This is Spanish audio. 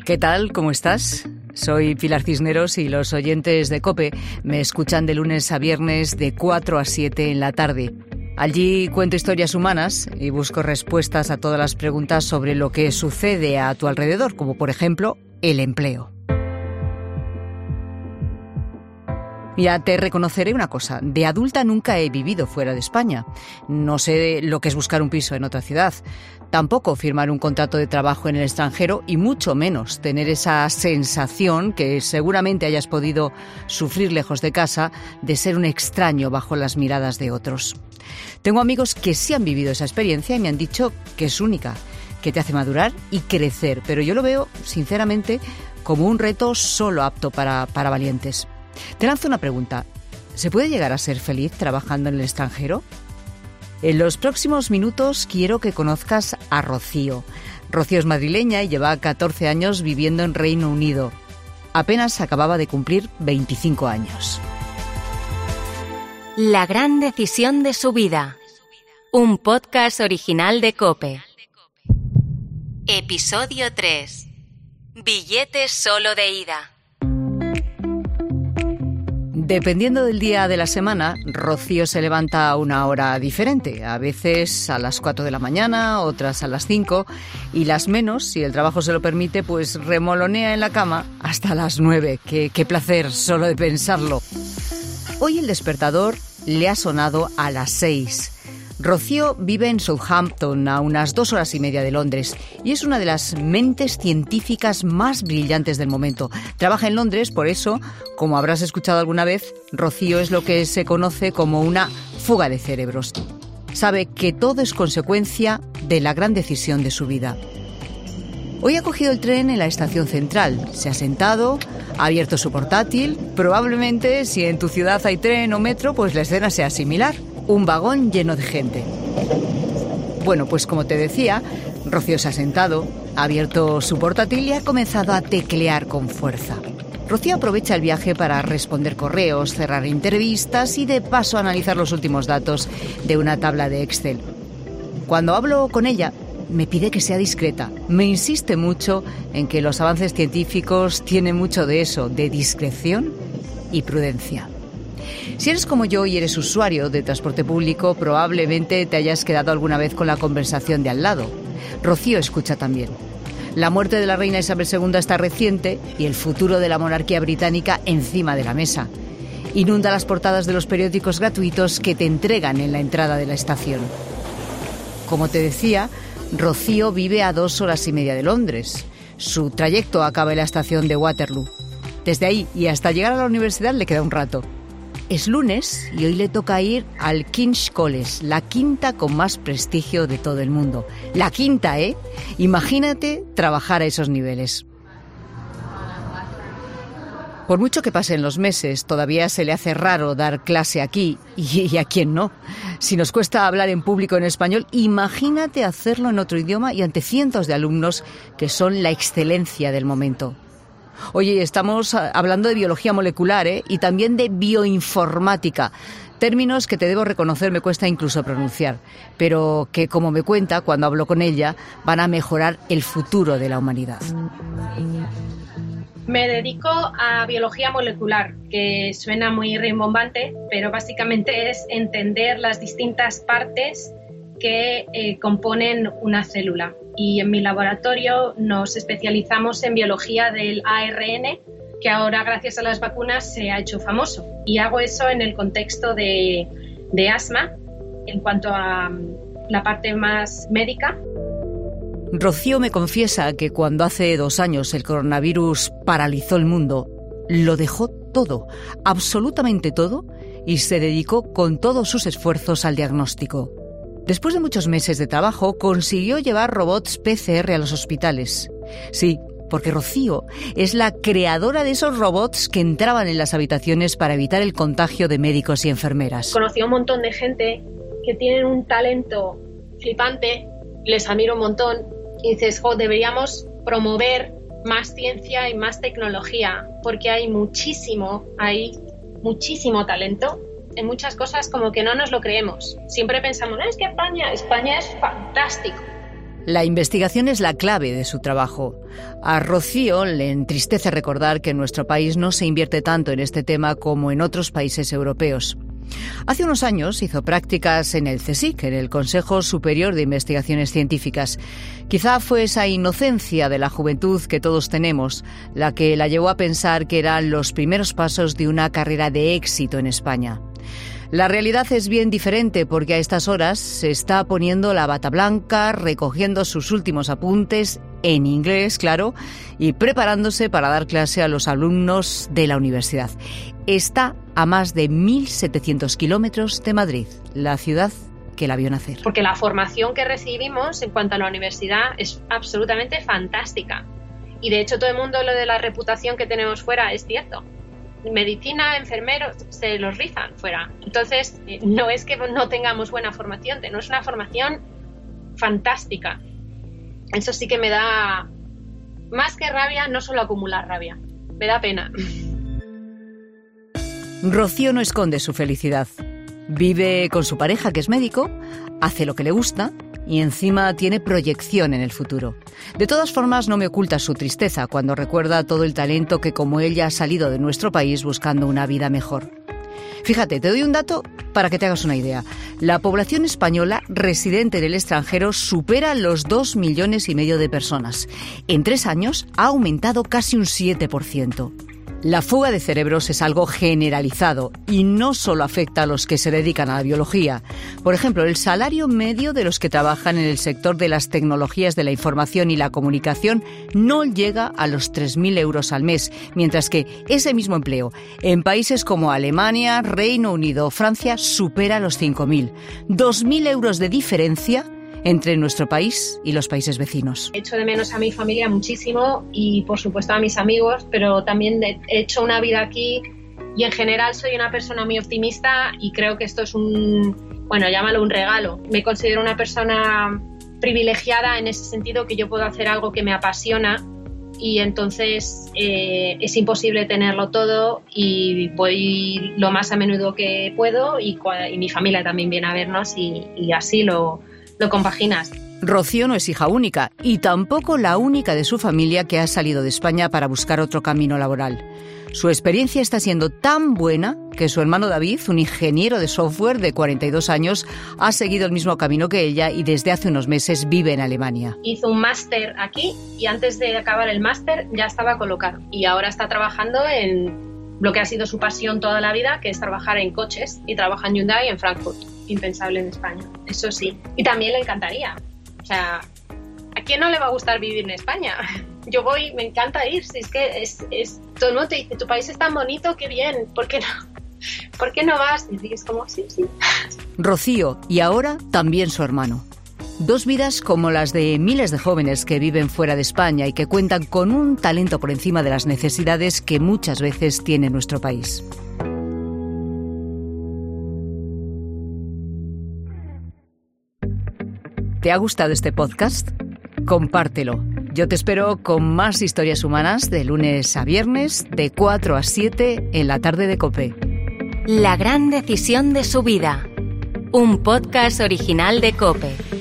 ¿Qué tal? ¿Cómo estás? Soy Pilar Cisneros y los oyentes de COPE me escuchan de lunes a viernes de 4 a 7 en la tarde. Allí cuento historias humanas y busco respuestas a todas las preguntas sobre lo que sucede a tu alrededor, como por ejemplo el empleo. Ya te reconoceré una cosa, de adulta nunca he vivido fuera de España. No sé lo que es buscar un piso en otra ciudad, tampoco firmar un contrato de trabajo en el extranjero y mucho menos tener esa sensación que seguramente hayas podido sufrir lejos de casa de ser un extraño bajo las miradas de otros. Tengo amigos que sí han vivido esa experiencia y me han dicho que es única, que te hace madurar y crecer, pero yo lo veo, sinceramente, como un reto solo apto para valientes. Te lanzo una pregunta. ¿Se puede llegar a ser feliz trabajando en el extranjero? En los próximos minutos quiero que conozcas a Rocío. Rocío es madrileña y lleva 14 años viviendo en Reino Unido. Apenas acababa de cumplir 25 años. La gran decisión de su vida. Un podcast original de COPE. Episodio 3. Billetes solo de ida. Dependiendo del día de la semana, Rocío se levanta a una hora diferente. A veces a las 4 de la mañana, otras a las 5. Y las menos, si el trabajo se lo permite, pues remolonea en la cama hasta las 9. ¡Qué placer solo de pensarlo! Hoy el despertador le ha sonado a las 6. Rocío vive en Southampton, a unas 2 horas y media de Londres, y es una de las mentes científicas más brillantes del momento. Trabaja en Londres, por eso, como habrás escuchado alguna vez, Rocío es lo que se conoce como una fuga de cerebros. Sabe que todo es consecuencia de la gran decisión de su vida. Hoy ha cogido el tren en la estación central, se ha sentado, ha abierto su portátil. Probablemente, si en tu ciudad hay tren o metro, pues la escena sea similar. Un vagón lleno de gente. Bueno, pues como te decía, Rocío se ha sentado, ha abierto su portátil y ha comenzado a teclear con fuerza. Rocío aprovecha el viaje para responder correos, cerrar entrevistas y de paso analizar los últimos datos de una tabla de Excel. Cuando hablo con ella, me pide que sea discreta. Me insiste mucho en que los avances científicos tienen mucho de eso, de discreción y prudencia. Si eres como yo y eres usuario de transporte público, probablemente te hayas quedado alguna vez con la conversación de al lado. Rocío escucha también. La muerte de la reina Isabel II está reciente y el futuro de la monarquía británica encima de la mesa. Inunda las portadas de los periódicos gratuitos que te entregan en la entrada de la estación. Como te decía, Rocío vive a 2 horas y media de Londres. Su trayecto acaba en la estación de Waterloo. Desde ahí y hasta llegar a la universidad le queda un rato. Es lunes y hoy le toca ir al King's College, la quinta con más prestigio de todo el mundo. La quinta, ¿eh? Imagínate trabajar a esos niveles. Por mucho que pasen los meses, todavía se le hace raro dar clase aquí, y a quién no. Si nos cuesta hablar en público en español, imagínate hacerlo en otro idioma y ante cientos de alumnos que son la excelencia del momento. Oye, estamos hablando de biología molecular, y también de bioinformática. Términos que te debo reconocer me cuesta incluso pronunciar, pero que, como me cuenta cuando hablo con ella, van a mejorar el futuro de la humanidad. Me dedico a biología molecular, que suena muy rimbombante, pero básicamente es entender las distintas partes que componen una célula. Y en mi laboratorio nos especializamos en biología del ARN, que ahora gracias a las vacunas se ha hecho famoso. Y hago eso en el contexto de asma, en cuanto a la parte más médica. Rocío me confiesa que cuando hace 2 años el coronavirus paralizó el mundo, lo dejó todo, absolutamente todo, y se dedicó con todos sus esfuerzos al diagnóstico. Después de muchos meses de trabajo, consiguió llevar robots PCR a los hospitales. Sí, porque Rocío es la creadora de esos robots que entraban en las habitaciones para evitar el contagio de médicos y enfermeras. Conocí a un montón de gente que tienen un talento flipante, les admiro un montón, y dices, deberíamos promover más ciencia y más tecnología, porque hay muchísimo talento. En muchas cosas como que no nos lo creemos. Siempre pensamos, es que España es fantástico. La investigación es la clave de su trabajo. A Rocío le entristece recordar que en nuestro país no se invierte tanto en este tema como en otros países europeos. Hace unos años hizo prácticas en el CSIC, en el Consejo Superior de Investigaciones Científicas. Quizá fue esa inocencia de la juventud que todos tenemos la que la llevó a pensar que eran los primeros pasos de una carrera de éxito en España. La realidad es bien diferente porque a estas horas se está poniendo la bata blanca, recogiendo sus últimos apuntes, en inglés, claro, y preparándose para dar clase a los alumnos de la universidad. Está a más de 1.700 kilómetros de Madrid, la ciudad que la vio nacer. Porque la formación que recibimos en cuanto a la universidad es absolutamente fantástica. Y de hecho todo el mundo, lo de la reputación que tenemos fuera, es cierto. Medicina, enfermeros, se los rizan fuera. Entonces, no es que no tengamos buena formación, tenemos una formación fantástica. Eso sí que me da, más que rabia, no solo acumular rabia, me da pena. Rocío no esconde su felicidad. Vive con su pareja, que es médico, hace lo que le gusta y encima tiene proyección en el futuro. De todas formas, no me oculta su tristeza cuando recuerda todo el talento que, como ella, ha salido de nuestro país buscando una vida mejor. Fíjate, te doy un dato para que te hagas una idea. La población española residente en el extranjero supera los 2,5 millones de personas. En 3 años ha aumentado casi un 7%. La fuga de cerebros es algo generalizado y no solo afecta a los que se dedican a la biología. Por ejemplo, el salario medio de los que trabajan en el sector de las tecnologías de la información y la comunicación no llega a los 3.000 euros al mes, mientras que ese mismo empleo en países como Alemania, Reino Unido o Francia supera los 5.000. 2.000 euros de diferencia entre nuestro país y los países vecinos. Echo de menos a mi familia muchísimo y por supuesto a mis amigos, pero también he hecho una vida aquí y en general soy una persona muy optimista y creo que esto es llámalo un regalo. Me considero una persona privilegiada en ese sentido, que yo puedo hacer algo que me apasiona y entonces es imposible tenerlo todo y voy lo más a menudo que puedo y mi familia también viene a vernos y así lo compaginas. Rocío no es hija única y tampoco la única de su familia que ha salido de España para buscar otro camino laboral. Su experiencia está siendo tan buena que su hermano David, un ingeniero de software de 42 años, ha seguido el mismo camino que ella y desde hace unos meses vive en Alemania. Hizo un máster aquí y antes de acabar el máster ya estaba colocado y ahora está trabajando en lo que ha sido su pasión toda la vida, que es trabajar en coches, y trabaja en Hyundai en Frankfurt. Impensable en España, eso sí. Y también le encantaría. O sea, ¿a quién no le va a gustar vivir en España? Yo voy, me encanta ir. Si es que es todo el mundo te dice, tu país es tan bonito, qué bien, ¿por qué no? ¿Por qué no vas? Y dices como, sí. Rocío y ahora también su hermano. 2 vidas como las de miles de jóvenes que viven fuera de España y que cuentan con un talento por encima de las necesidades que muchas veces tiene nuestro país. ¿Te ha gustado este podcast? Compártelo. Yo te espero con más historias humanas de lunes a viernes, de 4 a 7 en la tarde de COPE. La gran decisión de su vida. Un podcast original de COPE.